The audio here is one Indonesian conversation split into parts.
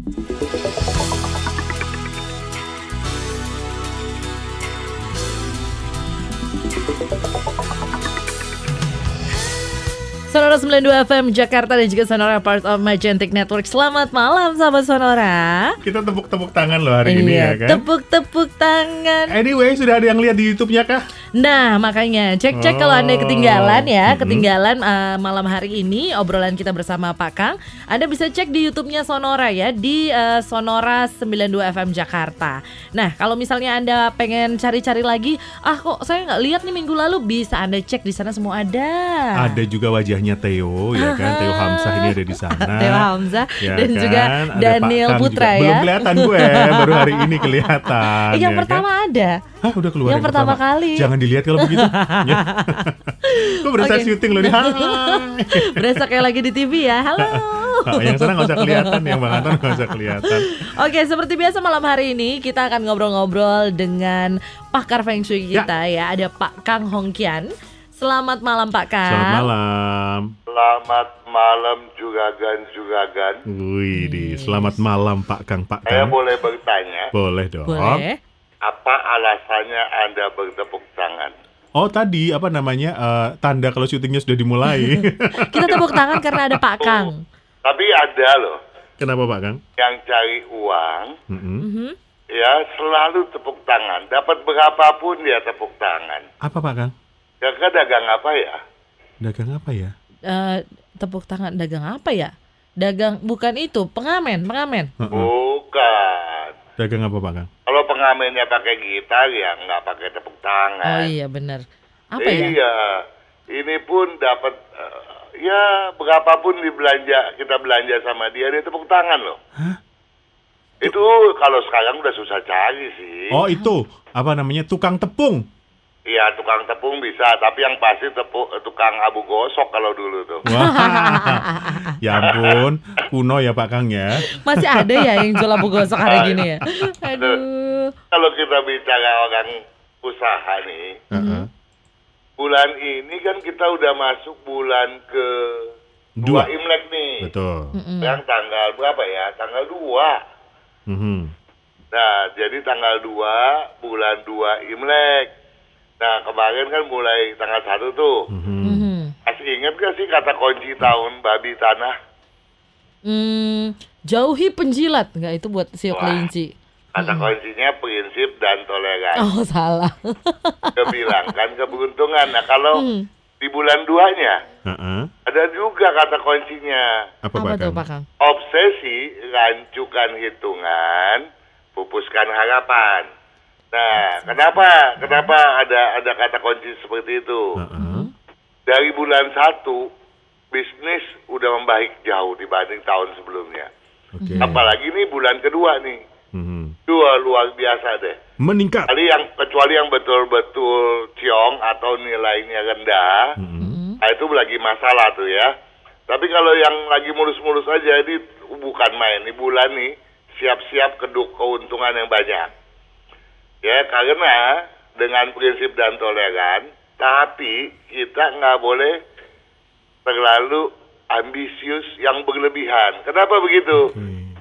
Sonora 92 FM Jakarta dan juga Sonora part of Magentic Network. Selamat malam sahabat Sonora. Kita tepuk-tepuk tangan loh hari ini ya kan. Tepuk-tepuk tangan. Anyway, sudah ada yang lihat di YouTube-nya kah? Nah makanya cek kalau Anda ketinggalan ya, ketinggalan malam hari ini obrolan kita bersama Pak Kang, Anda bisa cek di YouTube-nya Sonora ya, di Sonora 92 FM Jakarta. Nah kalau misalnya Anda pengen cari-cari lagi, kok saya nggak lihat nih minggu lalu, bisa Anda cek di sana semua ada. Ada juga wajahnya Theo ya kan, Theo Hamzah ini ada di sana. Theo Hamzah ya dan kan? juga Ada Daniel Pak Kang Putra juga. ya. Belum kelihatan gue, baru hari ini kelihatan. Yang ya pertama kan? ada. Hah, udah keluar yang pertama kali. Jangan dilihat kalau begitu. Ya. Gue berasa syuting loh nih. Berasa kayak lagi di TV ya. Halo. Yang sana nggak usah kelihatan, yang Bang Anton nggak usah kelihatan. Oke, seperti biasa malam hari ini kita akan ngobrol-ngobrol dengan pakar Feng Shui kita ya. Ada Pak Kang Hongkian. Selamat malam Pak Kang. Selamat malam. Selamat malam Jugagan. Wih, selamat malam Pak Kang. Saya boleh bertanya? Boleh dong. Boleh. Apa alasannya Anda bertepuk tangan? Oh tadi apa namanya tanda kalau syutingnya sudah dimulai. Kita tepuk tangan karena ada Pak Kang. Tapi ada loh. Kenapa Pak Kang? Yang cari uang, Mhm. ya selalu tepuk tangan. Dapat berapapun dia tepuk tangan. Apa Pak Kang? Kira-kira dagang apa ya? Dagang apa ya? Tepuk tangan dagang apa ya? Dagang bukan itu, pengamen. Bukan. Dagang apa Pak Kang? Kalau pengamennya pakai gitar ya nggak pakai tepuk tangan. Oh iya benar. Apa ya? Iya. Ini pun dapat ya berapapun kita belanja sama dia tepuk tangan loh. Hah? Itu kalau sekarang udah susah cari sih. Oh itu apa namanya tukang tepung? Iya tukang tepung bisa, tapi yang pasti tukang abu gosok kalau dulu tuh. Wah, ya ampun, kuno ya Pak Kang ya. Masih ada ya yang jual abu gosok hari gini ya? Aduh. Kalau kita bicara orang usaha nih, bulan ini kan kita udah masuk bulan ke 2 Imlek nih. Betul. Yang tanggal berapa ya? Tanggal 2. Nah, jadi tanggal 2, bulan 2 Imlek. Nah, kemarin kan mulai tanggal 1 tuh. Masih ingat gak sih kata kunci tahun babi tanah? Jauhi penjilat. Enggak, itu buat siok kelinci. Kata kuncinya prinsip dan toleransi. Oh, salah. Kebilangkan keberuntungan. Nah, kalau di bulan 2-nya, ada juga kata kuncinya. Apa tuh Pak Kang? Obsesi, rancukan hitungan, pupuskan harapan. Nah, kenapa ada kata kunci seperti itu? Dari bulan 1, bisnis udah membaik jauh dibanding tahun sebelumnya. Apalagi nih bulan kedua nih. Luar biasa deh. Meningkat. Kecuali yang betul-betul ciong atau nilainya rendah, nah itu lagi masalah tuh ya. Tapi kalau yang lagi mulus-mulus aja, ini bukan main. Ini bulan nih siap-siap keduk keuntungan yang banyak. Ya, karena dengan prinsip dan toleran, tapi kita nggak boleh terlalu ambisius yang berlebihan. Kenapa begitu?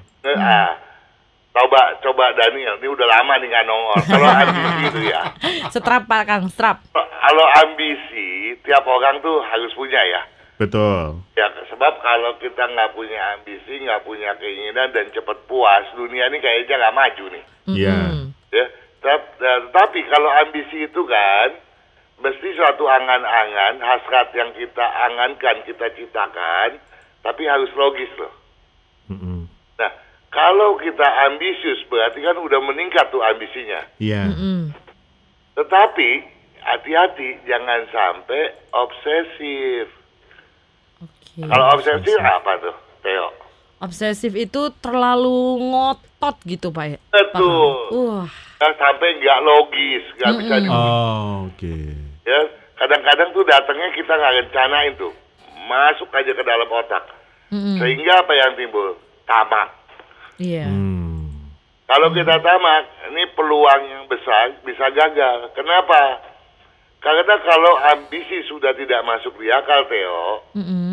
Coba Daniel, ini udah lama nih nggak nongol. Kalau ambisi itu ya. Strap Pak Kang, strap. Kalau ambisi, tiap orang tuh harus punya ya. Betul. Ya, sebab kalau kita nggak punya ambisi, nggak punya keinginan dan cepat puas, dunia ini kayaknya nggak maju nih. Iya. Ya. Tapi kalau ambisi itu kan mesti suatu angan-angan, hasrat yang kita angankan, kita ciptakan, tapi harus logis loh. Nah, kalau kita ambisius berarti kan udah meningkat tuh ambisinya. Iya. Tetapi hati-hati jangan sampai obsesif. Kalau obsesif apa tuh, Theo? Obsesif itu terlalu ngotot gitu Pak. Betul. Sampai nggak logis, nggak bisa Ya, kadang-kadang tuh datangnya kita nggak rencanain tuh, masuk aja ke dalam otak, sehingga apa yang timbul? Tamak. Iya. Kalau kita tamak, ini peluang yang besar bisa gagal. Kenapa? Karena kalau ambisi sudah tidak masuk di akal, Theo,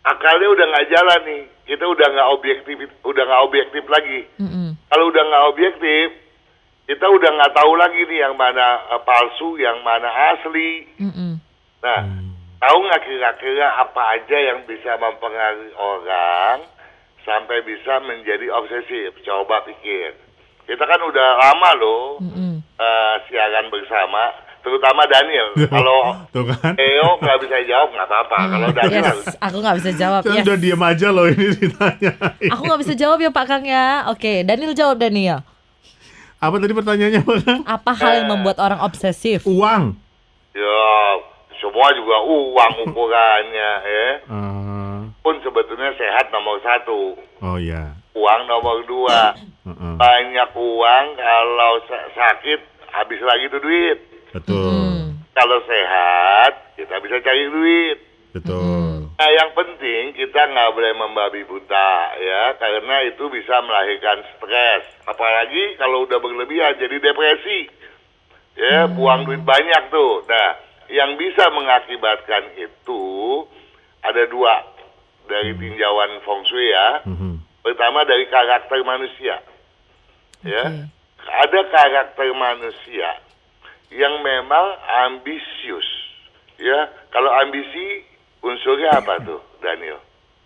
akalnya udah nggak jalan nih. Kita udah nggak objektif lagi. Kalau udah nggak objektif, kita udah nggak tahu lagi nih yang mana palsu, yang mana asli. Nah, tahu nggak kira-kira apa aja yang bisa mempengaruhi orang sampai bisa menjadi obsesif? Coba pikir. Kita kan udah lama loh siaran bersama, terutama Daniel. Kalau Theo nggak bisa jawab nggak apa-apa. Kalau Daniel aku nggak bisa jawab. Saya udah diam aja loh ini ditanya. Aku nggak bisa jawab ya Pak Kang ya. Oke, Daniel jawab Daniel. Apa tadi pertanyaannya Pak Kang? Apa hal yang membuat orang obsesif? Uang. Ya, semua juga uang ukurannya ya. Pun sebetulnya sehat nomor 1. Oh ya. Uang nomor 2. Banyak uang kalau sakit habis lagi tuh duit. Betul. Kalau sehat kita bisa cari duit. Betul. Nah, yang penting kita nggak boleh membabi buta ya, karena itu bisa melahirkan stres. Apalagi kalau udah berlebihan jadi depresi. Ya, buang duit banyak tuh. Nah, yang bisa mengakibatkan itu ada 2 dari tinjauan feng shui ya. Pertama dari karakter manusia. Ya. Ada karakter manusia yang memang ambisius. Ya, kalau ambisi unsurnya apa tuh, Daniel?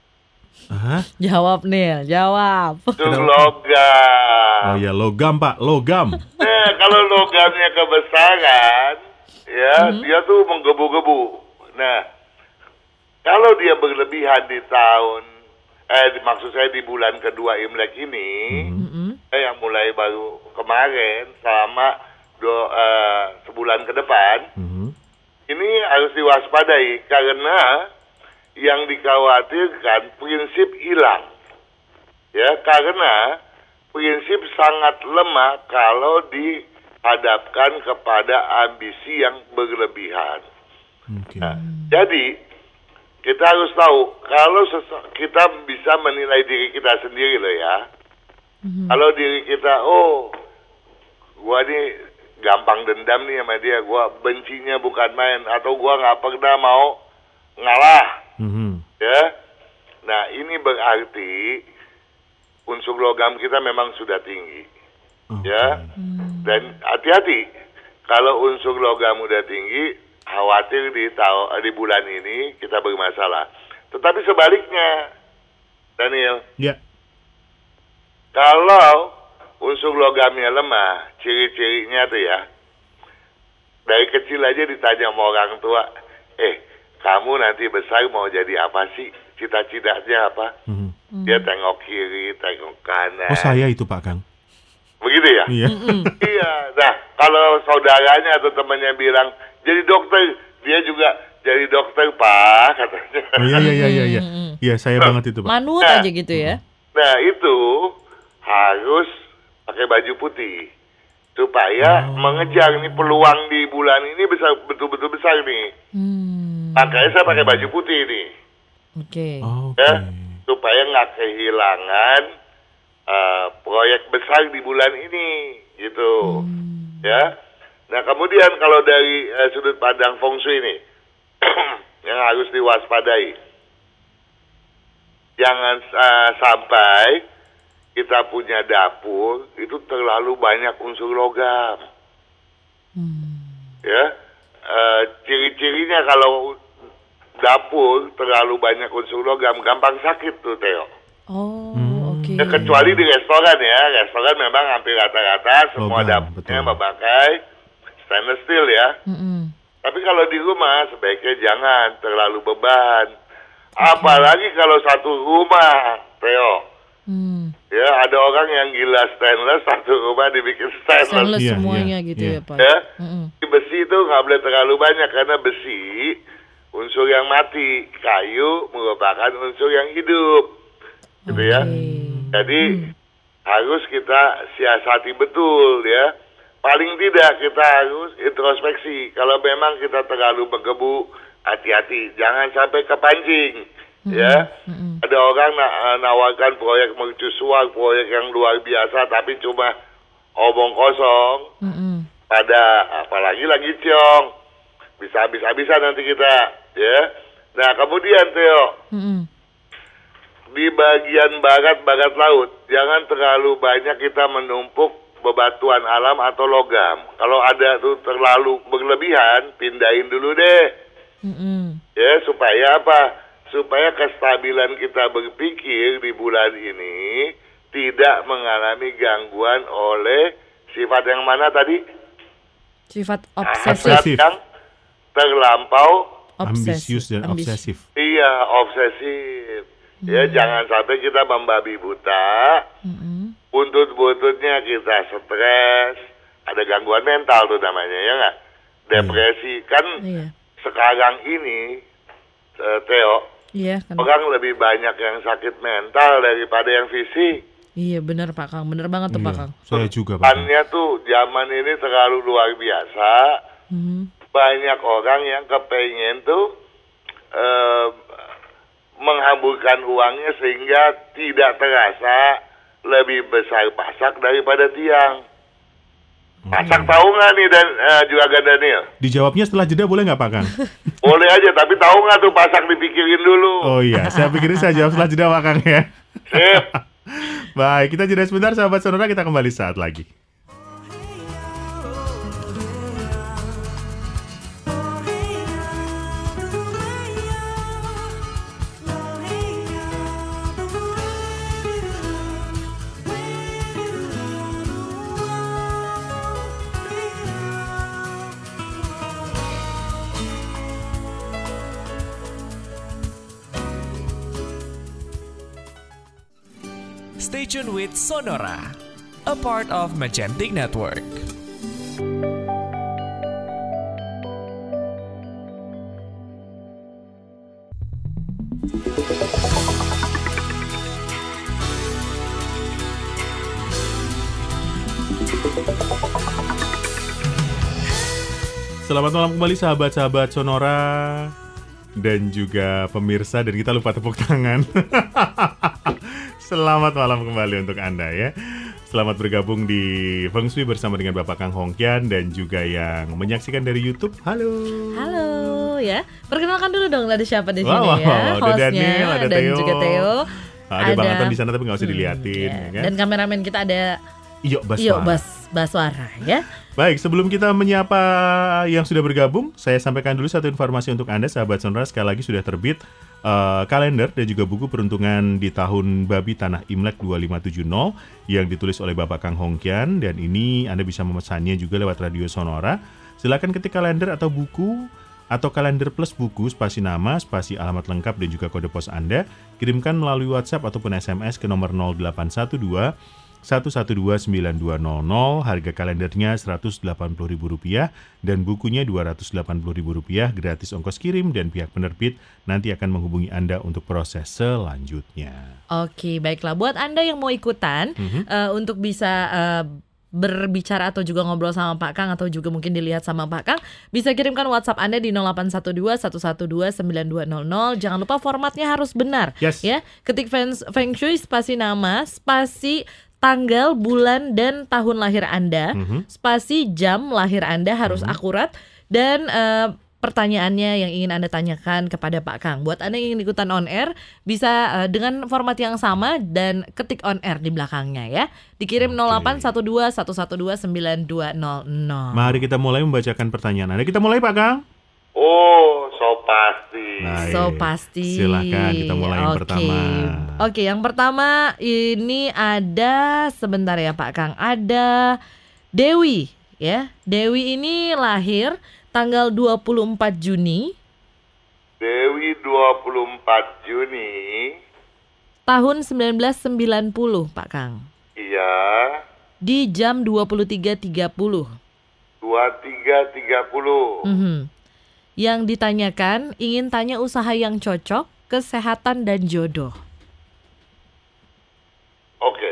Jawab nih, jawab. Itu logam. Oh ya, logam Pak, logam. Nah, kalau logamnya kebesaran, ya dia tuh menggebu-gebu. Nah, kalau dia berlebihan di maksud saya di bulan kedua Imlek ini, yang mulai baru kemarin selama sebulan ke depan, ini harus diwaspadai karena yang dikhawatirkan prinsip hilang. Ya, karena prinsip sangat lemah kalau dihadapkan kepada ambisi yang berlebihan. Nah, jadi kita harus tahu kalau kita bisa menilai diri kita sendiri loh ya. Kalau diri kita, gua nih gampang dendam nih sama dia, gua bencinya bukan main, atau gua nggak pernah mau ngalah, ya. Nah, ini berarti unsur logam kita memang sudah tinggi, ya. Dan hati-hati kalau unsur logam udah tinggi, khawatir di bulan ini kita bermasalah. Tetapi sebaliknya, Daniel. Ya. Kalau unsur logamnya lemah, ciri-cirinya tuh ya, dari kecil aja ditanya sama orang tua, kamu nanti besar mau jadi apa sih? Cita-citanya apa? Dia tengok kiri, tengok kanan. Oh, saya itu Pak Kang. Begitu ya? Iya. Iya. Nah, kalau saudaranya atau temannya bilang jadi dokter, dia juga jadi dokter Pak, katanya. Oh iya. Iya, saya banget itu Pak. Manut aja gitu ya. Nah, itu harus pakai baju putih supaya mengejar nih peluang di bulan ini betul-betul besar nih. Makanya saya pakai baju putih nih. Oke. Ya, supaya nggak kehilangan proyek besar di bulan ini, gitu. Ya. Nah, kemudian kalau dari sudut pandang feng shui nih, yang harus diwaspadai, jangan sampai kita punya dapur itu terlalu banyak unsur logam. Ya, ciri-cirinya kalau dapur terlalu banyak unsur logam gampang sakit tuh, Theo. Oke. Ya, kecuali di restoran ya, restoran memang hampir rata-rata semua dapurnya memakai stainless steel ya. Tapi kalau di rumah sebaiknya jangan terlalu beban. Apalagi kalau satu rumah, Theo. Ya, ada orang yang gila stainless, satu rumah dibikin stainless semuanya gitu ya Pak. Ya, besi itu nggak boleh terlalu banyak karena besi unsur yang mati, kayu merupakan unsur yang hidup, gitu ya. Jadi harus kita siasati betul ya. Paling tidak kita harus introspeksi. Kalau memang kita terlalu menggebu, hati-hati, jangan sampai kepancing. Ya, ada orang nawarkan proyek mercusuar, proyek yang luar biasa, tapi cuma omong kosong. Pada apalagi lagi ciong, bisa habis-habisan nanti kita, ya. Nah, kemudian Theo, di bagian barat laut, jangan terlalu banyak kita menumpuk bebatuan alam atau logam. Kalau ada tuh terlalu berlebihan, pindahin dulu deh. Ya, supaya apa? Supaya kestabilan kita berpikir di bulan ini tidak mengalami gangguan oleh sifat yang mana tadi? Sifat obsesif. Hasrat yang terlampau ambisius dan obsesif. Iya, obsesif. Ya, jangan sampai kita membabi buta. Buntut-buntutnya kita stres, ada gangguan mental tuh namanya, ya nggak? Depresi. Kan sekarang ini, Theo, orang lebih banyak yang sakit mental daripada yang fisik. Iya, benar Pak Kang. Benar banget tuh Pak Kang. Saya juga Pak Kang. Tuh, zaman ini terlalu luar biasa. Banyak orang yang kepengen tuh menghamburkan uangnya sehingga tidak terasa lebih besar pasak daripada tiang. Pasak tahu nggak nih dan juga Daniel? Dijawabnya setelah jeda boleh nggak Pak Kang? Boleh aja, tapi tahu nggak tuh pasak dipikirin dulu. Oh iya, saya pikirin saya jawab setelah jeda Pak Kang ya. Sip. Baik, kita jeda sebentar sahabat Sonora, kita kembali saat lagi. Stay tuned with Sonora, a part of Magentic Network. Selamat malam kembali sahabat-sahabat Sonora dan juga pemirsa, dan kita lupa tepuk tangan. Selamat malam kembali untuk Anda ya. Selamat bergabung di Feng Shui bersama dengan Bapak Kang Hongkian dan juga yang menyaksikan dari YouTube. Halo. Halo ya. Perkenalkan dulu dong, ada siapa di sini ya? Hostnya, ada Daniel, ada dan Theo. juga Theo. Ada Bang Anton di sana tapi nggak usah diliatin. Ya. Ya kan? Dan kameramen kita ada Iyo Baswara ya. Baik, sebelum kita menyapa yang sudah bergabung, saya sampaikan dulu satu informasi untuk Anda sahabat Sonora. Sekali lagi sudah terbit kalender dan juga buku peruntungan di tahun Babi Tanah Imlek 2570 yang ditulis oleh Bapak Kang Hongkian, dan ini Anda bisa memesannya juga lewat Radio Sonora. Silakan ketik kalender atau buku atau kalender plus buku, spasi nama, spasi alamat lengkap dan juga kode pos Anda. Kirimkan melalui WhatsApp ataupun SMS ke nomor 0812 1129200. Harga kalendernya Rp180.000 dan bukunya Rp280.000, gratis ongkos kirim, dan pihak penerbit nanti akan menghubungi Anda untuk proses selanjutnya. Oke, baiklah. Buat Anda yang mau ikutan untuk bisa berbicara atau juga ngobrol sama Pak Kang atau juga mungkin dilihat sama Pak Kang, bisa kirimkan WhatsApp Anda di 0812 112 9200. Jangan lupa formatnya harus benar. Yes. Ya. Ketik Feng Shui, spasi nama, spasi tanggal, bulan, dan tahun lahir Anda, spasi jam lahir Anda harus akurat, dan pertanyaannya yang ingin Anda tanyakan kepada Pak Kang. Buat Anda yang ingin ikutan on air, bisa dengan format yang sama dan ketik on air di belakangnya ya. Dikirim 0812 112 9200. Mari kita mulai membacakan pertanyaan Anda. Kita mulai Pak Kang. Oh, so pasti. Baik. So pasti. Silakan kita mulai yang pertama. Oke, yang pertama ini ada, sebentar ya Pak Kang. Ada Dewi ya. Dewi ini lahir tanggal 24 Juni. Dewi 24 Juni. Tahun 1990 Pak Kang. Iya. Di jam 23.30. 23.30. Yang ditanyakan, ingin tanya usaha yang cocok, kesehatan dan jodoh. Oke.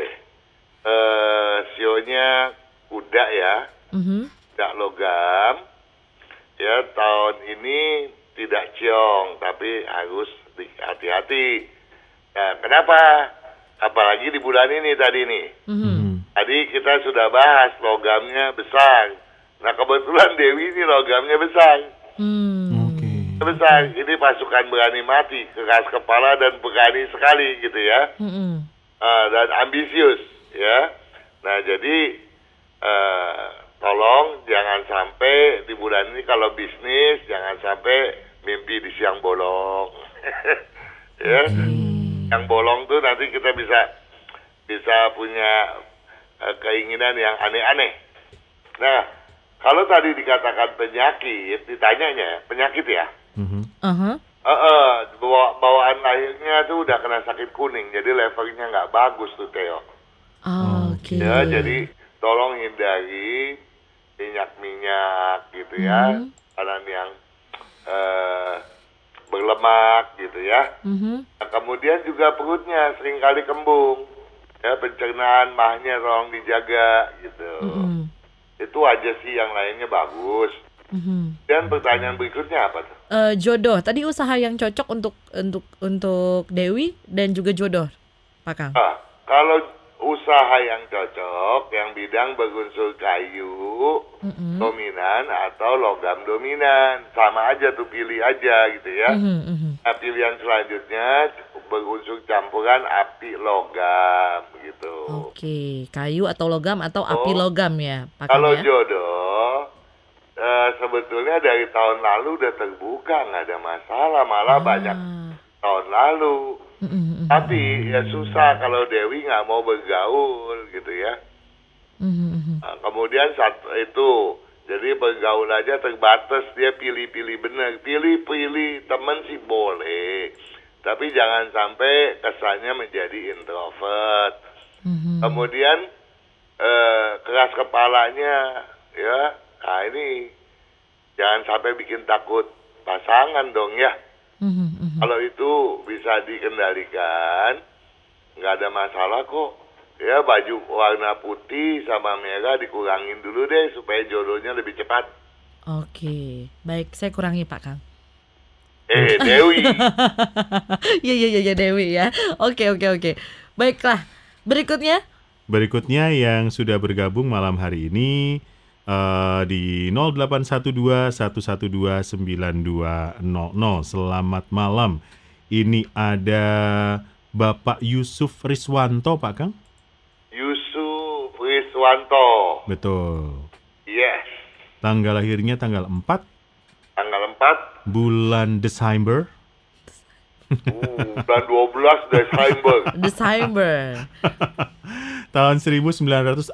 Sionya kuda ya. Kuda logam. Ya, tahun ini tidak ciong, tapi harus hati-hati. Nah, kenapa? Apalagi di bulan ini tadi nih. Tadi kita sudah bahas logamnya besar. Nah, kebetulan Dewi ini logamnya besar. Oke. Besar, ini pasukan berani mati, keras kepala dan berani sekali gitu ya. Dan ambisius ya. Nah jadi tolong jangan sampai di bulan ini kalau bisnis jangan sampai mimpi di siang bolong. Ya. Yang bolong tuh nanti kita bisa punya keinginan yang aneh-aneh. Nah, kalau tadi dikatakan penyakit, ditanyanya penyakit ya. Bawaan lahirnya tuh udah kena sakit kuning, jadi levelnya nggak bagus tuh Theo. Oke. Ya, jadi tolong hindari minyak gitu ya, makanan yang berlemak gitu ya. Nah, kemudian juga perutnya seringkali kembung, ya pencernaan mahnya tolong dijaga gitu. Itu aja sih, yang lainnya bagus. Dan pertanyaan berikutnya apa tuh? Jodoh. Tadi usaha yang cocok untuk Dewi dan juga jodoh, Pak Kang. Kalau usaha yang cocok, yang bidang berunsur kayu dominan atau logam dominan, sama aja tuh, pilih aja gitu ya. Nah, pilihan selanjutnya berunsur campuran api logam gitu. Oke, kayu atau logam atau api logam ya, Pak Kang. Kalau ya? jodoh sebetulnya dari tahun lalu udah terbuka, nggak ada masalah, malah banyak tahun lalu. Tapi ya susah kalau Dewi nggak mau bergaul gitu ya. Nah, kemudian itu jadi bergaul aja terbatas, dia pilih-pilih bener, pilih-pilih temen sih boleh, tapi jangan sampai kesannya menjadi introvert. Kemudian keras kepalanya ya, nah ini jangan sampai bikin takut pasangan dong ya. Kalau itu bisa dikendalikan, nggak ada masalah kok. Ya, baju warna putih sama merah dikurangin dulu deh supaya jodohnya lebih cepat. Oke, baik, saya kurangi Pak Kang. Dewi. Iya Dewi ya. Oke. Baiklah, Berikutnya yang sudah bergabung malam hari ini di 0812-112-9200. Selamat malam. Ini ada Bapak Yusuf Riswanto, Pak Kang? Yusuf Riswanto. Betul. Yes. Tanggal lahirnya tanggal 4. Tanggal 4. Bulan Desember. Bulan 12 Desember. Tahun 1949.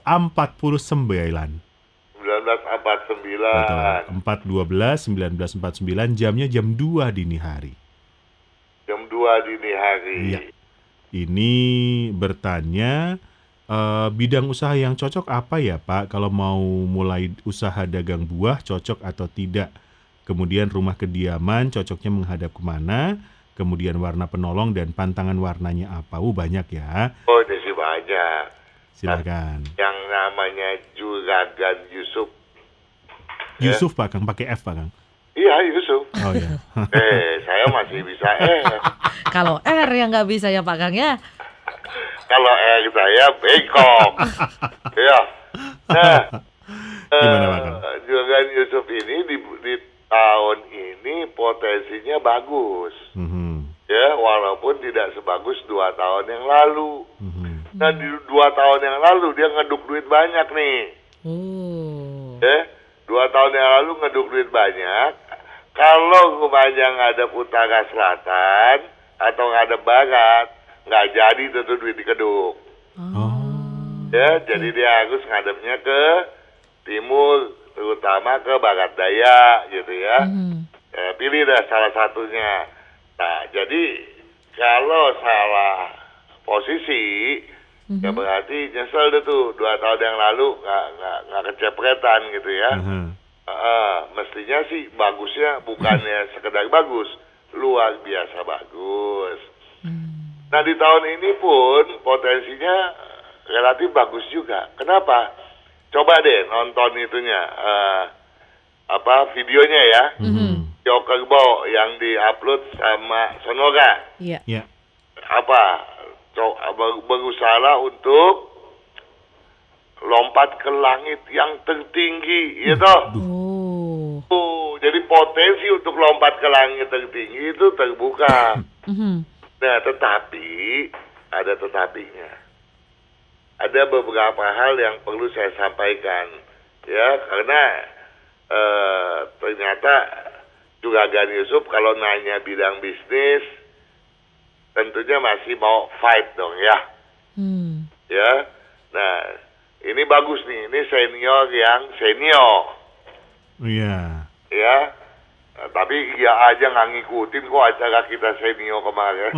1949. Betul. 4/12/1949, jamnya jam 2 dini hari. Jam 2 dini hari. Iya. Ini bertanya bidang usaha yang cocok apa ya Pak? Kalau mau mulai usaha dagang buah cocok atau tidak? Kemudian rumah kediaman cocoknya menghadap kemana? Kemudian warna penolong dan pantangan warnanya apa? Banyak ya. Oh, ini sih banyak. Silakan. Yang namanya Juragan Yusuf. Yusuf Pak Kang, pakai F Pak Kang. Iya, Yusuf. Oh ya. Saya masih bisa Kalau R yang nggak bisa ya Pak Kang ya. Kalau saya bengkok. Ya. Nah, gimana Pak Kang? Juragan Yusuf ini di tahun ini potensinya bagus. Ya, walaupun tidak sebagus 2 tahun yang lalu. Dan di 2 tahun yang lalu dia ngeduk duit banyak nih. Ya, 2 tahun yang lalu ngeduk duit banyak. Kalau rumahnya ngadep utara selatan atau ngadep barat, nggak jadi tuh duit dikeduk. Ya, jadi dia harus ngadepnya ke timur, terutama ke barat daya gitu ya. Pilih dah salah satunya. Nah, jadi kalau salah posisi, ya berarti nyesel deh tuh 2 tahun yang lalu nggak kecepretan gitu ya. Mestinya sih bagusnya bukannya sekedar bagus, luar biasa bagus. Nah, di tahun ini pun potensinya relatif bagus juga. Kenapa? Coba deh nonton itunya, videonya ya. Kerbau yang diupload sama Sonora. Iya. Berusaha untuk lompat ke langit yang tertinggi, gitu. Jadi potensi untuk lompat ke langit tertinggi itu terbuka. Nah, tetapi ada tetapinya. Ada beberapa hal yang perlu saya sampaikan, ya, karena ternyata Juragan Yusuf kalau nanya bidang bisnis, tentunya masih mau fight dong, ya. Ya, nah ini bagus nih, ini senior yang senior. Iya. Ya, tapi ya aja nggak ngikutin kok acara kita senior kemarin.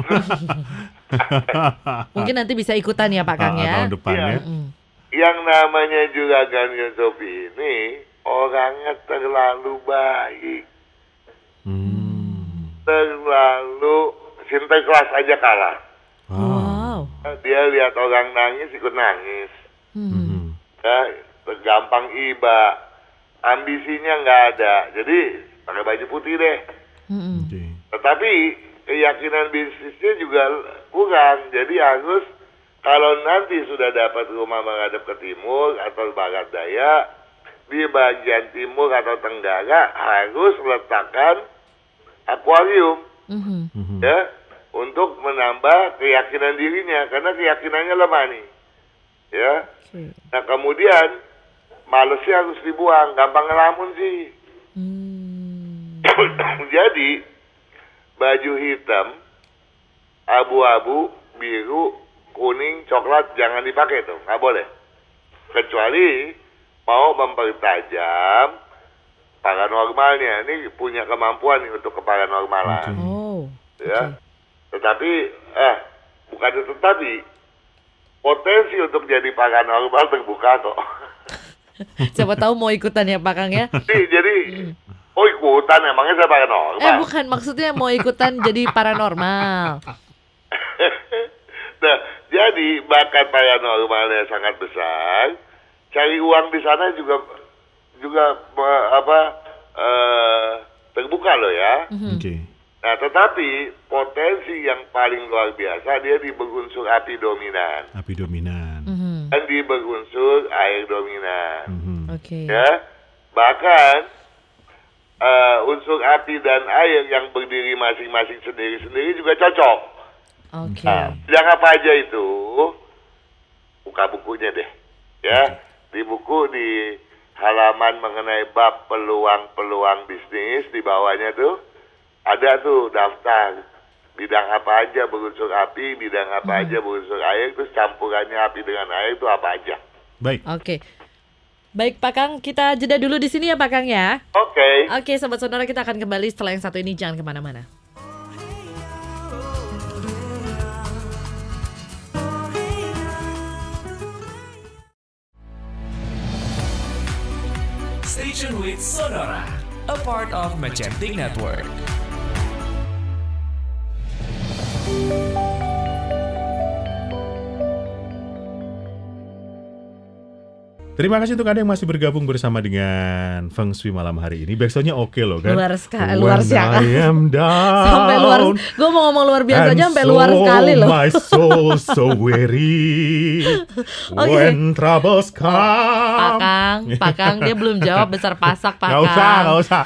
Mungkin nanti bisa ikutan ya Pak Kang ya. Tahun depan ya. Yang namanya Juragan Yusuf ini orangnya terlalu baik. Terlalu sinterklas aja kalah. Wow. Dia lihat orang nangis ikut nangis. Ya, gampang iba. Ambisinya nggak ada. Jadi pakai baju putih deh. Tetapi keyakinan bisnisnya juga kurang. Jadi harus kalau nanti sudah dapat rumah menghadap ke timur atau barat daya, di bagian timur atau tenggara harus letakkan akuarium. Ya, untuk menambah keyakinan dirinya, karena keyakinannya lemah nih. Ya. Nah, kemudian malesnya harus dibuang, gampang ngelamun sih. Jadi baju hitam, abu-abu, biru, kuning, coklat jangan dipakai tuh, nggak boleh. Kecuali mau mempertajam paranormalnya, ini punya kemampuan nih untuk keparanormalan. Ya, tetapi bukan itu tadi, potensi untuk jadi paranormal terbuka kok. Siapa tahu mau ikutan ya Pak Kang ya. Jadi ikutan, emangnya saya paranormal? Bukan, maksudnya mau ikutan jadi paranormal. Nah, jadi bakat paranormalnya sangat besar. Cari uang di sana juga terbuka loh ya. Nah, tetapi potensi yang paling luar biasa dia di berunsur api dominan. Dan di berunsur air dominan. Ya, bahkan unsur api dan air yang berdiri masing-masing sendiri-sendiri juga cocok. Nah, bidang apa aja itu? Buka bukunya deh. Ya, di buku di halaman mengenai bab peluang-peluang bisnis di bawahnya tuh ada tuh daftar bidang apa aja berunsur api, bidang apa aja berunsur air, terus campurannya api dengan air itu apa aja. Baik. Baik Pak Kang, kita jeda dulu di sini ya Pak Kang ya. Oke, Sobat Sonora, kita akan kembali setelah yang satu ini, jangan kemana-mana. Station with Sonora, a part of Magentic Network. Terima kasih untuk Anda yang masih bergabung bersama dengan Feng Shui malam hari ini. Backsoundnya oke loh kan? Luar sekali, luar sekali. Sampai luar, gue mau ngomong luar biasa aja sampai luar sekali loh. My soul so weary when troubles come. Pak Kang, dia belum jawab besar pasak Pak Kang. Gak usah.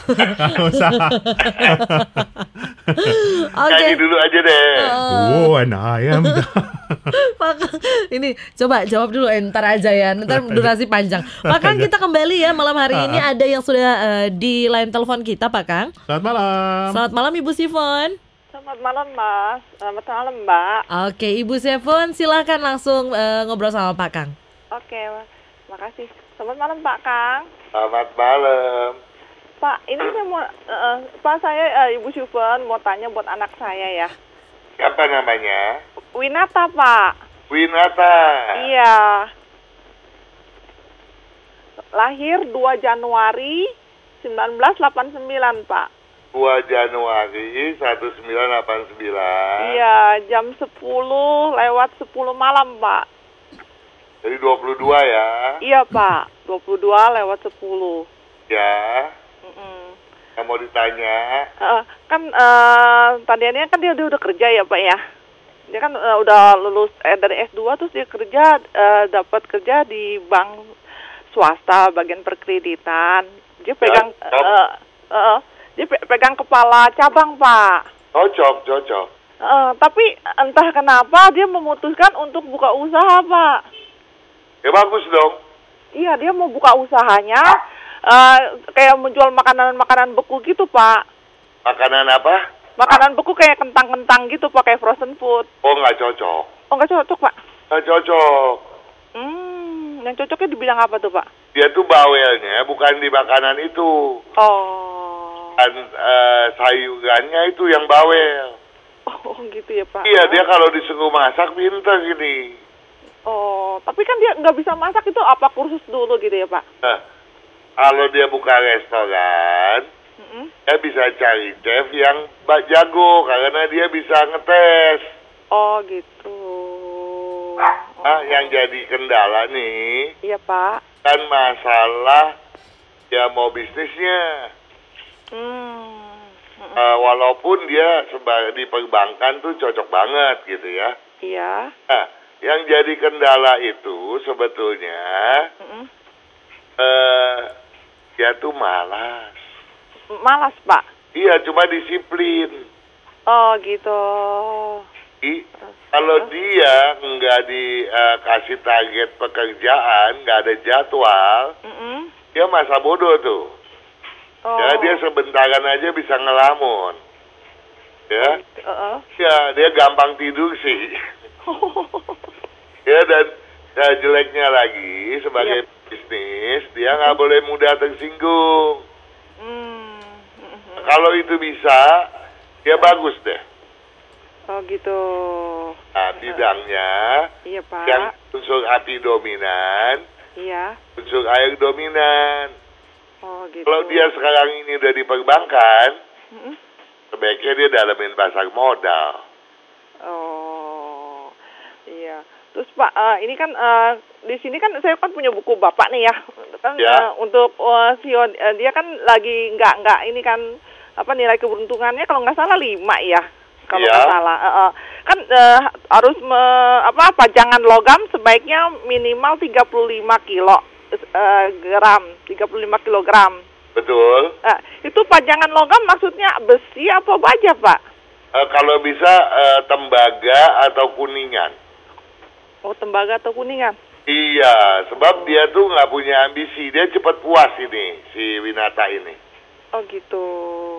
Nyanyi dulu aja deh. When I am down. Pak Kang, ini coba jawab dulu, ntar aja ya, ntar durasi panjang. Pak Kang, kita kembali ya malam hari ini. Ada yang sudah di line telepon kita Pak Kang. Selamat malam. Selamat malam Ibu Sifon. Selamat malam Mas. Selamat malam Mbak. Oke, Ibu Sifon silahkan langsung ngobrol sama Pak Kang. Oke, makasih. Selamat malam Pak Kang. Selamat malam. Pak, ini saya mau Pak, saya Ibu Sifon mau tanya buat anak saya ya. Siapa namanya? Winata Pak. Winata. Iya. Lahir 2 Januari 1989 Pak. 2 Januari 1989. Iya, jam 10 lewat 10 malam Pak. Jadi 22 ya? Iya Pak, 22 lewat 10. Ya. Yang mau ditanya? Tadinya kan dia udah kerja ya Pak ya. Dia kan udah lulus dari S2 terus dia kerja, dapat kerja di bank swasta bagian perkreditan. Dia pegang Dia pegang kepala cabang, Pak. Cocok. Tapi entah kenapa dia memutuskan untuk buka usaha, Pak. Ya bagus dong. Iya, dia mau buka usahanya, kayak menjual makanan-makanan beku gitu, Pak. Makanan apa? Makanan beku kayak kentang-kentang gitu, Pak, kayak frozen food. Oh, nggak cocok. Oh, nggak cocok, Pak? Nggak cocok. Yang cocoknya dibilang apa tuh, Pak? Dia tuh bawelnya bukan di makanan itu. Oh. Dan sayurannya itu yang bawel. Oh, gitu ya, Pak? Iya, dia kalau disuruh masak pintar gini. Oh, tapi kan dia nggak bisa masak itu apa kursus dulu gitu ya, Pak? Nah, kalau dia buka restoran, dia bisa cari chef yang jago karena dia bisa ngetes. Oh, gitu. Nah, yang jadi kendala nih, Iya, Pak. kan masalah dia mau bisnisnya. Walaupun dia di perbankan tuh cocok banget gitu ya. Iya. Nah, yang jadi kendala itu sebetulnya dia tuh malas. Malas, Pak? Iya, cuma disiplin. Oh, gitu. Kalau dia nggak dikasih target pekerjaan, nggak ada jadwal, dia masa bodoh tuh. Oh. Ya, dia sebentaran aja bisa ngelamun. Ya, ya dia gampang tidur sih. Ya, dan jeleknya lagi sebagai bisnis, dia nggak boleh mudah tersinggung. Kalau itu bisa, dia bagus deh. Oh, gitu. Nah, bidangnya Iya, Pak. yang unsur api dominan, Iya. unsur air dominan. Oh, gitu. Kalau dia sekarang ini udah di perbankan, sebaiknya dia dalamin pasar modal. Oh, iya. Terus Pak, ini kan di sini kan saya kan punya buku Bapak nih ya, kan Ya. untuk Sio, dia kan lagi nggak ini kan apa nilai keberuntungannya kalau nggak salah 5 ya, kalau Ya. nggak salah. Kan harus pajangan logam sebaiknya minimal 35 gram, 35 kilogram. Betul. Itu pajangan logam maksudnya besi apa baja, Pak? Kalau bisa tembaga atau kuningan. Oh, tembaga atau kuningan? Iya, sebab dia tuh nggak punya ambisi. Dia cepat puas ini, si Winata ini. Oh, gitu.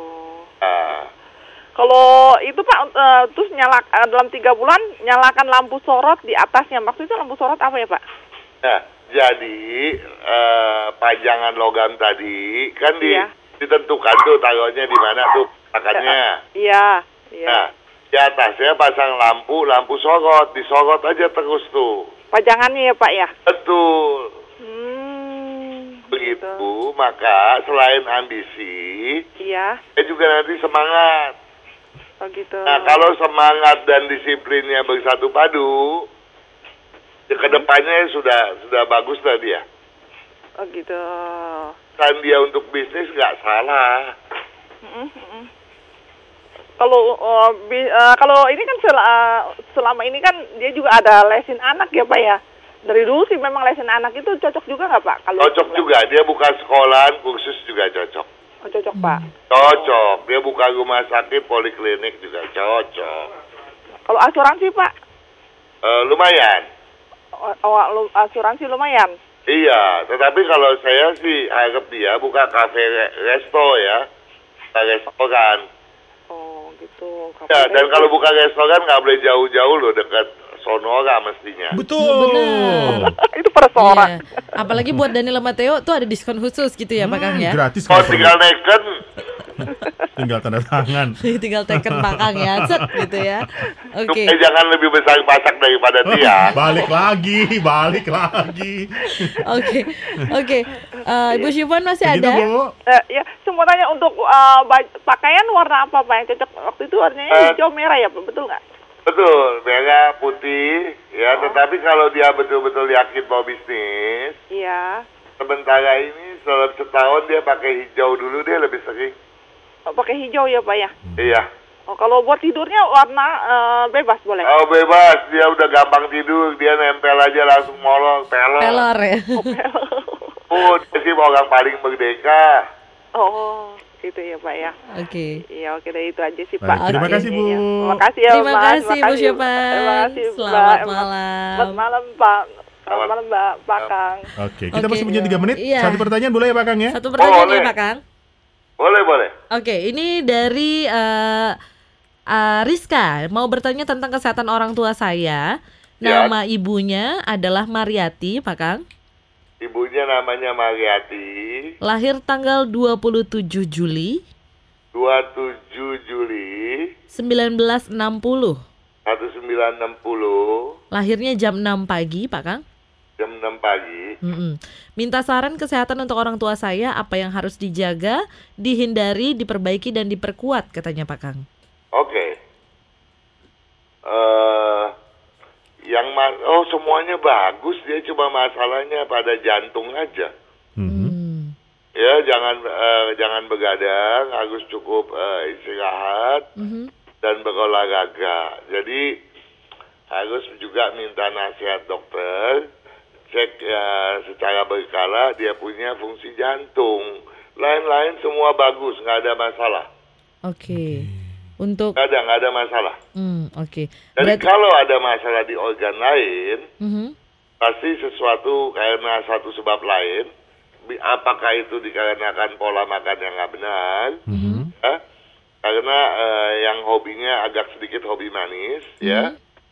Kalau itu Pak, terus dalam 3 bulan nyalakan lampu sorot di atasnya. Maksudnya lampu sorot apa ya, Pak? Nah, jadi pajangan logam tadi kan ditentukan tuh taruhnya di mana tuh takannya. Iya. Nah, di atasnya pasang lampu sorot, disorot aja terus tuh. Pajangannya ya, Pak ya? Betul. Begitu, gitu. Maka selain ambisi, Iya. dia juga nanti semangat. Oh, gitu. Nah, kalau semangat dan disiplinnya bersatu padu, ya kedepannya sudah bagus lah dia. Oh, gitu. Kan dia untuk bisnis nggak salah. Kalau ini kan selama ini kan dia juga ada lesin anak ya, Pak ya. Dari dulu sih memang lesin anak itu cocok juga nggak, Pak? Cocok juga, dia buka sekolahan khusus juga cocok. Oh, cocok, Pak. Cocok, dia buka rumah sakit poliklinik juga cocok. Kalau asuransi, Pak? Lumayan. Asuransi lumayan. Iya, tetapi kalau saya sih harap dia buka kafe resto ya, restoran. Oh, gitu. Ya, dan kalau buka restoran nggak boleh jauh-jauh loh, dekat Sonora mestinya. Betul. Benar. Itu persoalan. Iya. Apalagi buat Daniel Mateo tuh ada diskon khusus gitu ya, Pak Kang ya. Gratis Oh, kalau tinggal neken. tinggal tanda tangan. Tinggal teken Pak Kang ya, set gitu ya. Oke. Supaya jangan lebih besar pasak daripada tiang. Balik lagi. Oke. Ibu Syifon masih Begitu, ada? Bu. Ya, semua tanya untuk pakaian warna apa, Pak, yang cocok? Waktu itu warnanya hijau merah ya, Pak? Betul nggak? Betul, merah putih ya. Tetapi kalau dia betul-betul yakin mau bisnis, Iya. sementara ini selama setahun dia pakai hijau dulu, dia lebih sering. Oh, pakai hijau ya, Pak ya? Iya. Oh, kalau buat tidurnya warna bebas boleh? Oh, bebas, dia udah gampang tidur, dia nempel aja langsung molor, pelor. Pelor ya. Oh, dia sih orang paling merdeka. Oh. Itu ya Pak ya. Oke. Iya oke deh itu aja sih Baik, Pak. terima kasih, Bu. Iya. Terima kasih ya Terima Mas. kasih Bu Syafan. Terima kasih Selamat Mbak. malam. Selamat malam Pak. Selamat malam Mbak Pak Kang. Oke, kita Oke. masih punya 3 menit. Iya. Satu pertanyaan boleh ya Pak Kang ya? Satu pertanyaan Boleh. ya Pak Kang. Boleh. Oke, ini dari Rizka mau bertanya tentang kesehatan orang tua saya. Ya. Nama ibunya adalah Mariati, Pak Kang. Ibunya namanya Mariati, Lahir tanggal 27 Juli 27 Juli 1960. 1960, Lahirnya jam 6 pagi, Pak Kang. jam 6 pagi. Minta saran kesehatan untuk orang tua saya, apa yang harus dijaga, dihindari, diperbaiki, dan diperkuat, katanya Pak Kang. Oke. Semuanya bagus, dia cuma masalahnya pada jantung aja. Ya, jangan begadang, harus cukup istirahat dan berolahraga. Jadi harus juga minta nasihat dokter, cek secara berkala dia punya fungsi jantung. Lain-lain semua bagus, nggak ada masalah. Oke. Untuk Nggak ada masalah. oke. Jadi kalau ada masalah di organ lain, Mhm. pasti sesuatu karena satu sebab lain. Apakah itu dikarenakan pola makan yang nggak benar, ya? Karena yang hobinya agak sedikit hobi manis, ya.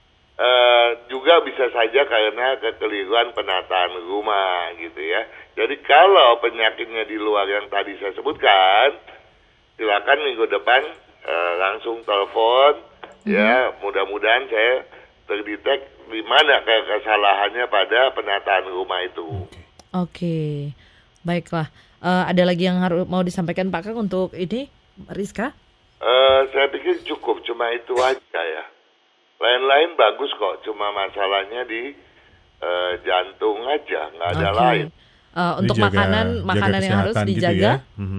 Juga bisa saja karena kekeliruan penataan rumah, gitu ya. Jadi kalau penyakitnya di luar yang tadi saya sebutkan, silakan minggu depan langsung telepon, ya. Mudah-mudahan saya terdetek di mana kesalahannya pada penataan rumah itu. Oke. Baiklah. Ada lagi yang harus mau disampaikan Pak Kang untuk ini, Rizka? Saya pikir cukup, cuma itu aja ya. Lain-lain bagus kok, cuma masalahnya di jantung aja, nggak ada Oke. lain. Untuk makanan yang harus kesehatan dijaga? Gitu ya?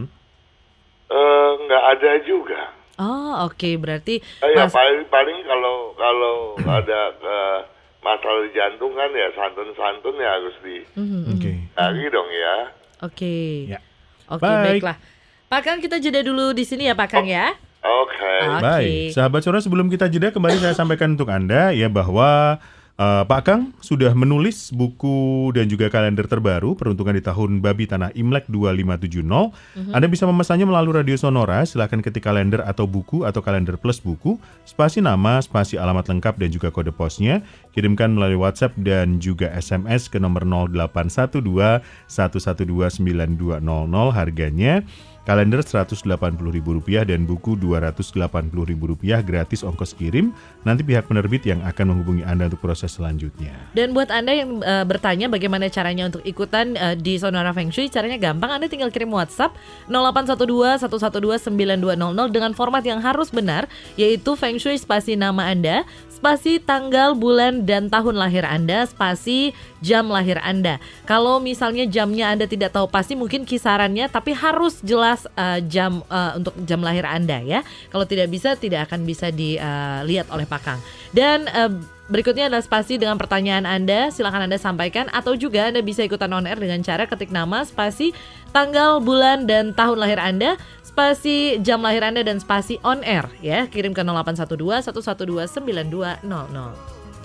Nggak ada juga. Oh, oke. Berarti Ya paling kalau ada masalah di jantung kan ya santun-santun ya harus dicari dong ya. Oke. Ya. Oke, Baik. baiklah. Pak Kang, kita jeda dulu di sini ya Pak Kang ya. Oke. Baik, sahabat Sonora, sebelum kita jeda kembali saya sampaikan untuk Anda ya bahwa Pak Kang sudah menulis buku dan juga kalender terbaru peruntungan di tahun Babi Tanah Imlek 2570. Anda bisa memesannya melalui Radio Sonora, silakan ketik kalender atau buku atau kalender plus buku, spasi nama, spasi alamat lengkap dan juga kode posnya. Kirimkan melalui WhatsApp dan juga SMS ke nomor 0812 112 9200. Harganya kalender Rp180.000 dan buku Rp280.000 gratis ongkos kirim. Nanti pihak penerbit yang akan menghubungi Anda untuk proses selanjutnya. Dan buat Anda yang bertanya bagaimana caranya untuk ikutan di Sonora Feng Shui, caranya gampang. Anda tinggal kirim WhatsApp 0812 112 9200 dengan format yang harus benar, yaitu Feng Shui spasi nama Anda, spasi tanggal, bulan, dan tahun lahir Anda, spasi jam lahir Anda. Kalau misalnya jamnya Anda tidak tahu pasti, mungkin kisarannya, tapi harus jelas jam untuk jam lahir Anda ya. Kalau tidak bisa, tidak akan bisa dilihat oleh Pak Kang. Dan berikutnya adalah spasi dengan pertanyaan Anda, silakan Anda sampaikan, atau juga Anda bisa ikutan on air dengan cara ketik nama, spasi tanggal, bulan, dan tahun lahir Anda, spasi jam lahir Anda, dan spasi on air ya. Kirim ke 0812 112 9200.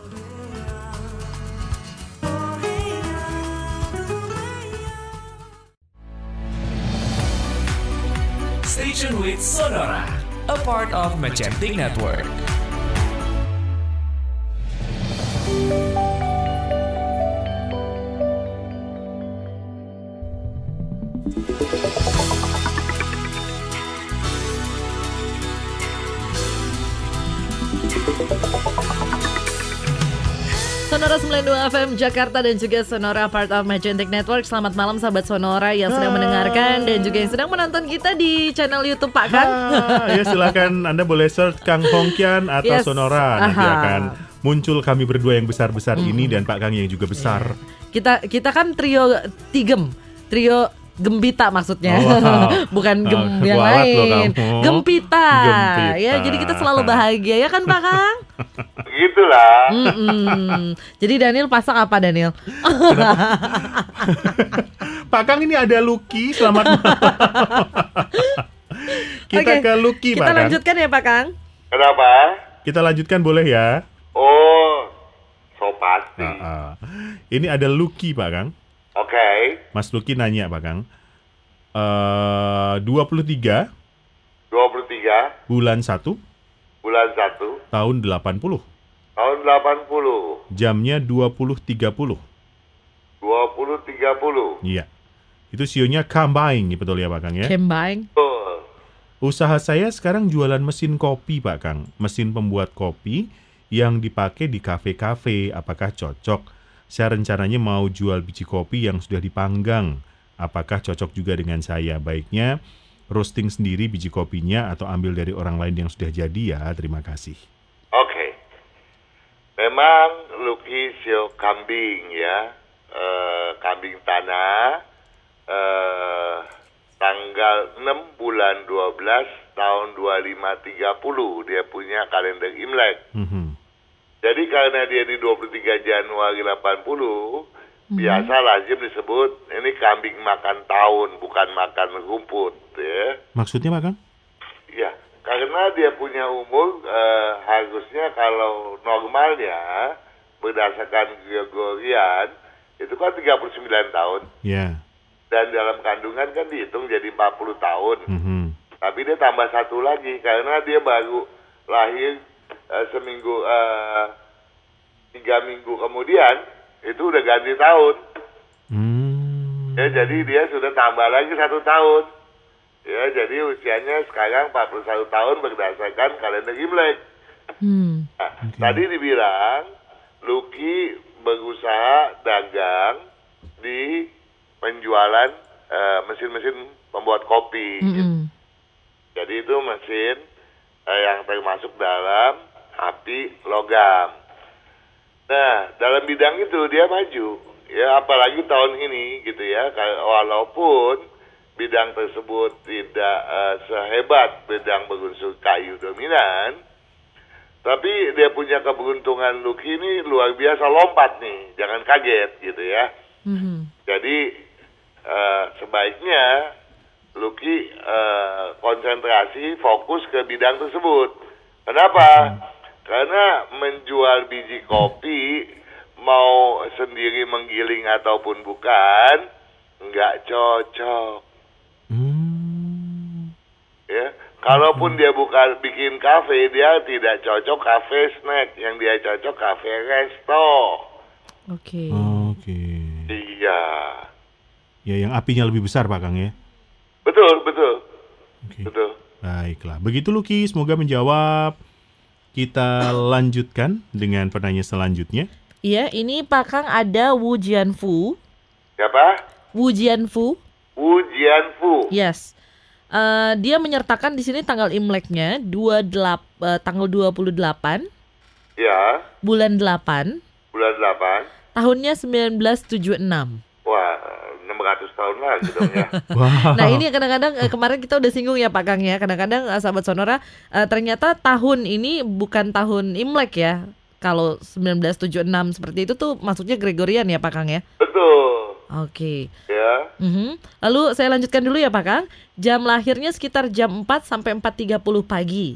Station with Sonora, a part of Magentic Network. Sonora 92 FM Jakarta dan juga Sonora part of Magentic Network. Selamat malam sahabat Sonora yang sedang mendengarkan dan juga yang sedang menonton kita di channel YouTube Pak Kang. Ya silakan Anda boleh search Kang Hongkian atau Yes. Sonora. Nanti Aha. akan muncul kami berdua yang besar-besar ini dan Pak Kang yang juga besar. Kita kan trio Gembita maksudnya, Oh, wow. bukan gem yang Kualat loh lain. kamu. Gempita. Gempita. Ya, jadi kita selalu bahagia ya kan Pak Kang? Begitulah. Jadi Daniel pasang apa Daniel? Pak Kang ini ada Lucky, selamat malam. Kita Oke, ke Lucky, kita Pak Kang. lanjutkan ya Pak Kang. Kenapa? Kita lanjutkan boleh ya? Oh, so pasti. Ini ada Lucky, Pak Kang. Oke. Mas Lucky nanya, Pak Kang. 23 23 bulan 1 bulan 1 tahun 80. tahun 80. Jamnya 20.30. 20.30. Iya. Itu sionya Combine, betul ya Pak Kang ya? Combine. Betul. Usaha saya sekarang jualan mesin kopi, Pak Kang. Mesin pembuat kopi yang dipakai di kafe-kafe. Apakah cocok? Saya rencananya mau jual biji kopi yang sudah dipanggang. Apakah cocok juga dengan saya? Baiknya roasting sendiri biji kopinya atau ambil dari orang lain yang sudah jadi ya. Terima kasih. Oke. Memang Lucky sio kambing ya. Kambing tanah. Tanggal 6 bulan 12 tahun 2530 dia punya kalender Imlek. Jadi karena dia di 23 Januari 80, biasa lazim disebut ini kambing makan tahun, bukan makan rumput ya. Maksudnya Pak Kang? Ya, karena dia punya umur harusnya kalau normalnya berdasarkan Gregorian itu kan 39 tahun. Ya. Dan dalam kandungan kan dihitung jadi 40 tahun. Tapi dia tambah satu lagi karena dia baru lahir 3 minggu kemudian itu udah ganti tahun. Ya, jadi dia sudah tambah lagi 1 tahun. Ya, jadi usianya sekarang 41 tahun berdasarkan kalender Imlek. Nah, tadi dibilang Lucky berusaha dagang di penjualan mesin-mesin pembuat kopi. Jadi itu mesin yang termasuk dalam api logam. Nah, dalam bidang itu dia maju. Ya, apalagi tahun ini gitu ya. Walaupun bidang tersebut tidak sehebat bidang berunsur kayu dominan, tapi dia punya keberuntungan Lucky ini luar biasa lompat nih. Jangan kaget gitu ya. Jadi sebaiknya Lucky konsentrasi fokus ke bidang tersebut. Kenapa? Karena menjual biji kopi mau sendiri menggiling ataupun bukan nggak cocok. Ya, kalaupun dia bikin kafe, dia tidak cocok kafe snack, yang dia cocok kafe resto. Oke. Iya. Ya, yang apinya lebih besar Pak Kang ya? Betul. Oke. Betul. Baiklah, begitu Lucky, semoga menjawab. Kita lanjutkan dengan penanya selanjutnya. Iya, ini Pak Kang ada Wu Jianfu. Siapa? Wu Jianfu. Wu Jianfu. Yes. Dia menyertakan di sini tanggal Imleknya tanggal 28. Ya. Bulan 8. Bulan 8. Tahunnya 1976. Wah, 600 tahun lagi dong ya. Wow. Nah, ini kadang-kadang kemarin kita udah singgung ya Pak Kang ya. Kadang-kadang sahabat Sonora ternyata tahun ini bukan tahun Imlek ya. Kalau 1976 seperti itu tuh maksudnya Gregorian ya Pak Kang ya. Betul. Oke. Ya. Lalu saya lanjutkan dulu ya Pak Kang. Jam lahirnya sekitar jam 4 sampai 4.30 pagi.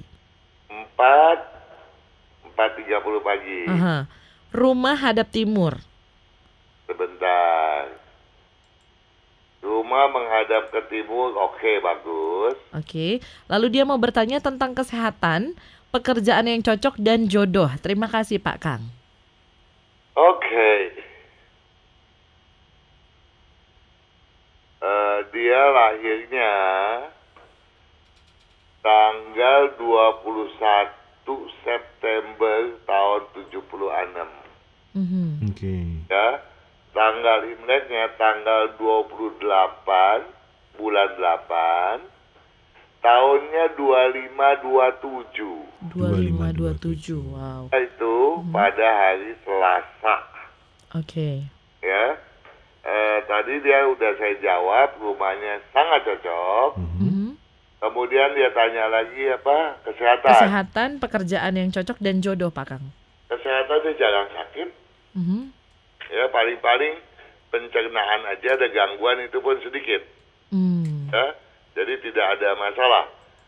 4.30 pagi. Rumah hadap timur. Sebentar. Rumah menghadap ke timur, oke, bagus. Oke. Lalu dia mau bertanya tentang kesehatan, pekerjaan yang cocok dan jodoh. Terima kasih Pak Kang. Oke. Dia lahirnya tanggal 21 September tahun 76. Oke. Ya. Tanggal Imleknya tanggal 28 bulan 8. Tahunnya 2527. 2527. Wow. Itu pada hari Selasa. Oke. Ya. Tadi dia udah saya jawab, rumahnya sangat cocok. Kemudian dia tanya lagi apa? Kesehatan. Kesehatan, pekerjaan yang cocok dan jodoh Pak Kang. Kesehatan dia jarang sakit. Ya, paling-paling pencernaan aja ada gangguan itu pun sedikit. Ya, jadi tidak ada masalah.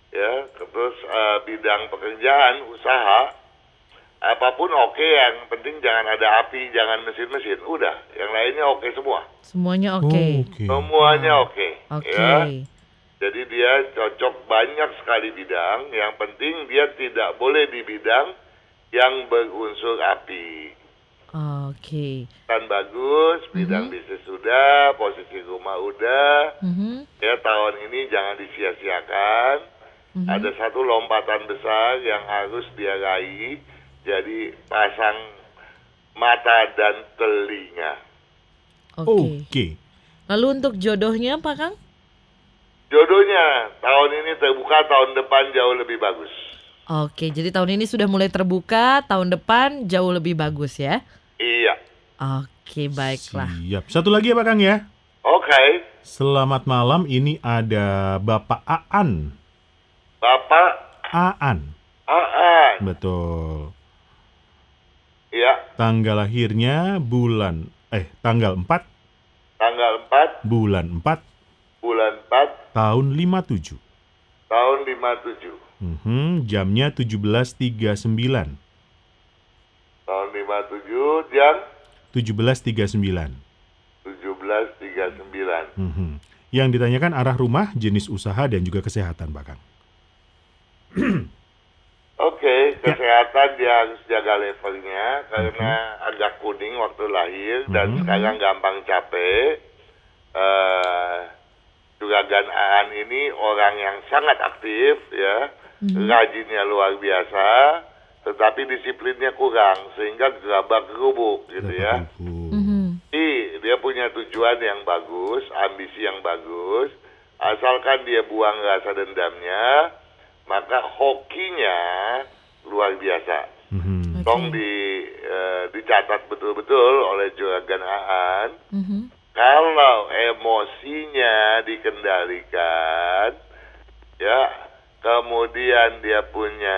ya, terus bidang pekerjaan, usaha, apapun oke, yang penting jangan ada api, jangan mesin-mesin, udah, yang lainnya oke semua. Semuanya oke. Semuanya oke. Oke. Ya. Jadi dia cocok banyak sekali bidang, yang penting dia tidak boleh di bidang yang berunsur api. Oke. Kan bagus, bidang bisnis sudah, posisi rumah udah. Ya, tahun ini jangan disia-siakan. Ada satu lompatan besar yang harus dia raih, jadi pasang mata dan telinga. Oke. Lalu untuk jodohnya Pak Kang? Jodohnya tahun ini terbuka, tahun depan jauh lebih bagus. Oke, jadi tahun ini sudah mulai terbuka, tahun depan jauh lebih bagus ya? Iya. Oke, baiklah. Siap. Satu lagi ya Pak Kang ya. Oke. Selamat malam, ini ada Bapak Aan. Bapak Aan. Aan. Betul. Iya. Tanggal lahirnya tanggal 4 Tanggal 4 bulan 4 bulan 4 tahun 57. tahun 57. Jamnya 17.39. Tahun 57 jam 17.39. 17.39. Yang ditanyakan arah rumah, jenis usaha, dan juga kesehatan, Pak Kang. Oke, kesehatan dia harus jaga levelnya karena agak kuning waktu lahir dan sekarang gampang capek. Juragan Aan ini orang yang sangat aktif ya, rajinnya luar biasa, tetapi disiplinnya kurang sehingga gerabak gerubuk gitu ya. Dia punya tujuan yang bagus, ambisi yang bagus, asalkan dia buang rasa dendamnya, maka hokinya luar biasa. Tolong dicatat betul-betul oleh Juragan Aan. Kalau emosinya dikendalikan, ya, kemudian dia punya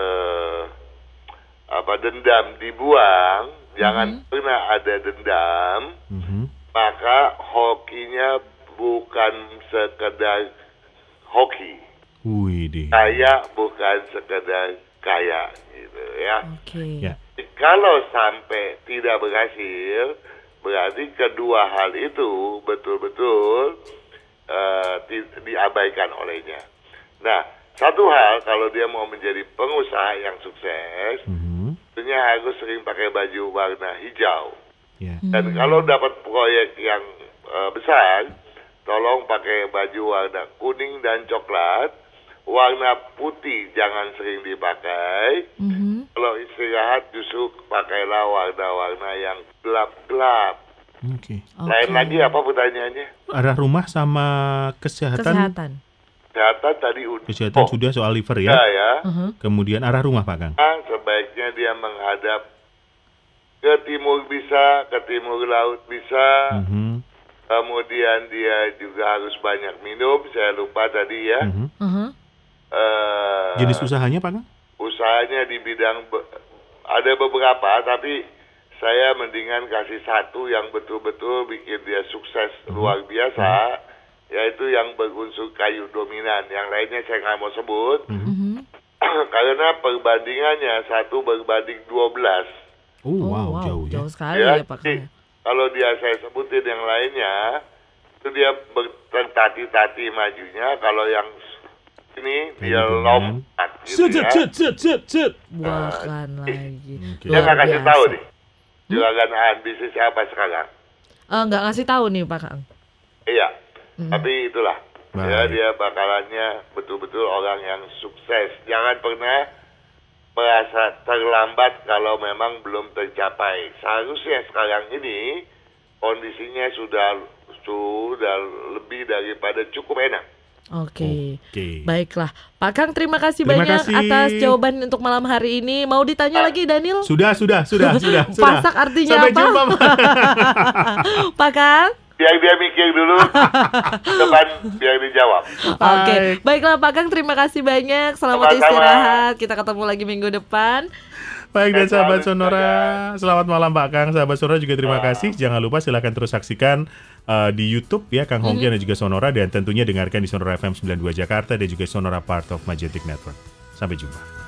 dendam dibuang, jangan pernah ada dendam, maka hokinya bukan sekedar hoki. Kaya bukan sekedar kaya, gitu ya. Kalau sampai tidak berhasil, berarti kedua hal itu betul-betul diabaikan olehnya. Nah, satu hal, kalau dia mau menjadi pengusaha yang sukses, tentunya harus sering pakai baju warna hijau. Dan kalau dapat proyek yang besar, tolong pakai baju warna kuning dan coklat. Warna putih jangan sering dipakai. Kalau istirahat justru pakailah warna-warna yang gelap-gelap. Lain lagi apa pertanyaannya? Arah rumah sama kesehatan. Kesehatan tadi udah. Kesehatan sudah, soal liver ya. Kemudian arah rumah Pak Kang. Sebaiknya dia menghadap ke timur bisa, ke timur laut bisa. Kemudian dia juga harus banyak minum. Saya lupa tadi ya. Jenis usahanya Pak Kang? Usahanya di bidang ada beberapa, tapi saya mendingan kasih satu yang betul-betul bikin dia sukses luar biasa, yaitu yang berunsur kayu dominan. Yang lainnya saya nggak mau sebut, karena perbandingannya 1 berbanding 12. Wow, jauh sekali ya Pak Kang. Kalau dia saya sebutin yang lainnya, itu dia bertati-tati majunya. Kalau yang ini dia lompat gitu ya. Bukan lagi. Dia nggak kasih tahu nih. Juragan Aan bisnis apa sekarang? Nggak ngasih tahu nih Pak Kang. Iya. Tapi itulah. Ya, dia bakalannya betul-betul orang yang sukses. Jangan pernah merasa terlambat kalau memang belum tercapai. Seharusnya sekarang ini kondisinya sudah lebih daripada cukup enak. Oke. Baiklah, Pak Kang, terima kasih banyak atas jawaban untuk malam hari ini. Mau ditanya lagi Daniel? Sudah. Pasak artinya sampai apa? Jumpa. Pak Kang? Biar dia mikir dulu, depan biar dijawab. Oke. Baiklah Pak Kang, terima kasih banyak. Selamat istirahat. Kita ketemu lagi minggu depan. Baik, dan sahabat Selalu Sonora, selamat malam Pak Kang. Sahabat Sonora juga terima kasih. Jangan lupa silakan terus saksikan di YouTube ya Kang Hongkian dan juga Sonora, dan tentunya dengarkan di Sonora FM 92 Jakarta dan juga Sonora part of Magentic Network. Sampai jumpa.